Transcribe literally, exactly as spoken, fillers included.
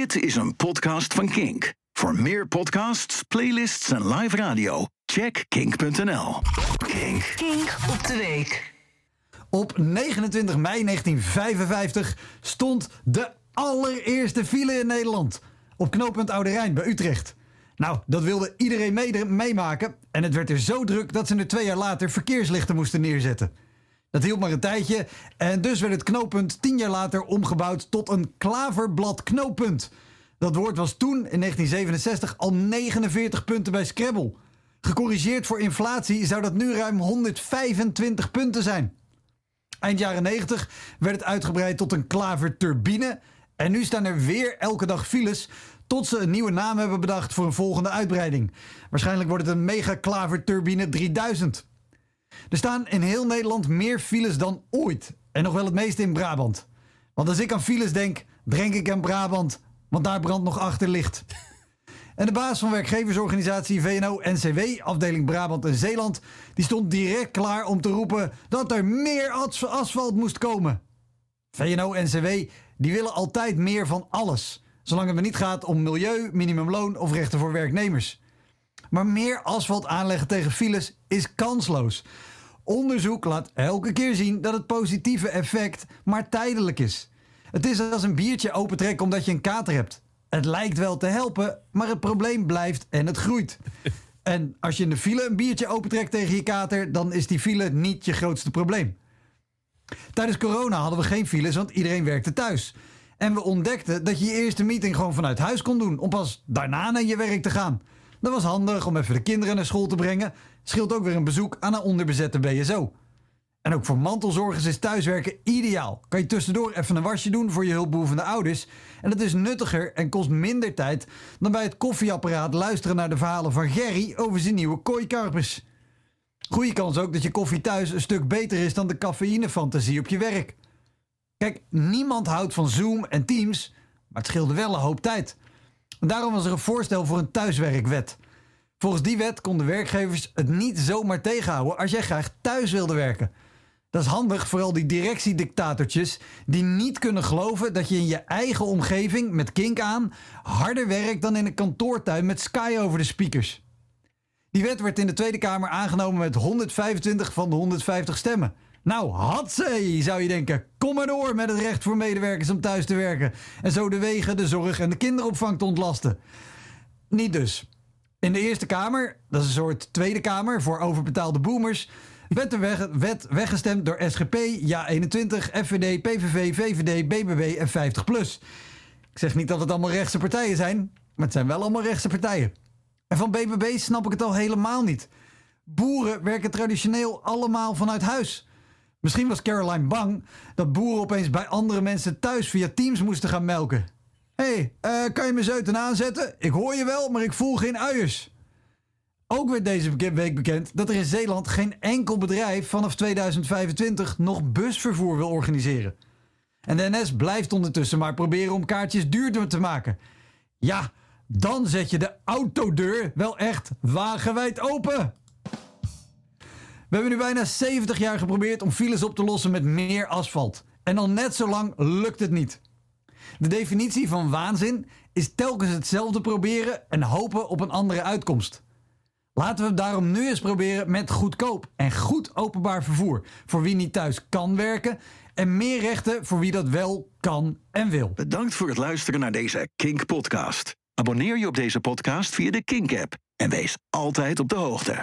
Dit is een podcast van Kink. Voor meer podcasts, playlists en live radio, check kink punt n l. Kink. Kink op de week. Op negenentwintig mei negentien vijfenvijftig stond de allereerste file in Nederland. Op knooppunt Oude Rijn bij Utrecht. Nou, dat wilde iedereen mee- meemaken. En het werd er zo druk dat ze er twee jaar later verkeerslichten moesten neerzetten. Dat hield maar een tijdje. En dus werd het knooppunt tien jaar later omgebouwd tot een klaverbladknooppunt. Dat woord was toen, in negentien zevenenzestig, al negenenveertig punten bij Scrabble. Gecorrigeerd voor inflatie zou dat nu ruim honderdvijfentwintig punten zijn. Eind jaren negentig werd het uitgebreid tot een klaverturbine. En nu staan er weer elke dag files, tot ze een nieuwe naam hebben bedacht voor een volgende uitbreiding. Waarschijnlijk wordt het een mega-klaverturbine drieduizend. Er staan in heel Nederland meer files dan ooit. En nog wel het meeste in Brabant. Want als ik aan files denk, denk ik aan Brabant. Want daar brandt nog achterlicht. En de baas van werkgeversorganisatie V N O N C W, afdeling Brabant en Zeeland, die stond direct klaar om te roepen dat er meer as- asfalt moest komen. V N O N C W, die willen altijd meer van alles. Zolang het maar niet gaat om milieu, minimumloon of rechten voor werknemers. Maar meer asfalt aanleggen tegen files is kansloos. Onderzoek laat elke keer zien dat het positieve effect maar tijdelijk is. Het is als een biertje opentrekken omdat je een kater hebt. Het lijkt wel te helpen, maar het probleem blijft en het groeit. En als je in de file een biertje opentrekt tegen je kater, dan is die file niet je grootste probleem. Tijdens corona hadden we geen files, want iedereen werkte thuis. En we ontdekten dat je je eerste meeting gewoon vanuit huis kon doen, om pas daarna naar je werk te gaan. Dat was handig om even de kinderen naar school te brengen. Scheelt ook weer een bezoek aan een onderbezette B S O. En ook voor mantelzorgers is thuiswerken ideaal. Kan je tussendoor even een wasje doen voor je hulpbehoevende ouders. En dat is nuttiger en kost minder tijd dan bij het koffieapparaat luisteren naar de verhalen van Gerry over zijn nieuwe kooikarpers. Goeie kans ook dat je koffie thuis een stuk beter is dan de cafeïnefantasie op je werk. Kijk, niemand houdt van Zoom en Teams, maar het scheelde wel een hoop tijd. En daarom was er een voorstel voor een thuiswerkwet. Volgens die wet konden werkgevers het niet zomaar tegenhouden als jij graag thuis wilde werken. Dat is handig voor al die directiedictatortjes die niet kunnen geloven dat je in je eigen omgeving met Kink aan harder werkt dan in een kantoortuin met Sky over de speakers. Die wet werd in de Tweede Kamer aangenomen met honderdvijfentwintig van de honderdvijftig stemmen. Nou, hatsé, zou je denken. Kom maar door met het recht voor medewerkers om thuis te werken en zo de wegen, de zorg en de kinderopvang te ontlasten. Niet dus. In de Eerste Kamer, dat is een soort Tweede Kamer voor overbetaalde boomers, werd de weg, wet weggestemd door S G P, Ja eenentwintig, F V D, P V V, V V D, B B B en vijftig plus. Ik zeg niet dat het allemaal rechtse partijen zijn, maar het zijn wel allemaal rechtse partijen. En van B B B snap ik het al helemaal niet. Boeren werken traditioneel allemaal vanuit huis. Misschien was Caroline bang dat boeren opeens bij andere mensen thuis via Teams moesten gaan melken. Hé, hey, uh, kan je me zeuten aanzetten? Ik hoor je wel, maar ik voel geen uiers. Ook werd deze week bekend dat er in Zeeland geen enkel bedrijf vanaf tweeduizend vijfentwintig nog busvervoer wil organiseren. En de N S blijft ondertussen maar proberen om kaartjes duurder te maken. Ja, dan zet je de autodeur wel echt wagenwijd open. We hebben nu bijna zeventig jaar geprobeerd om files op te lossen met meer asfalt. En al net zo lang lukt het niet. De definitie van waanzin is telkens hetzelfde proberen en hopen op een andere uitkomst. Laten we het daarom nu eens proberen met goedkoop en goed openbaar vervoer voor wie niet thuis kan werken en meer rechten voor wie dat wel kan en wil. Bedankt voor het luisteren naar deze Kink-podcast. Abonneer je op deze podcast via de Kink-app en wees altijd op de hoogte.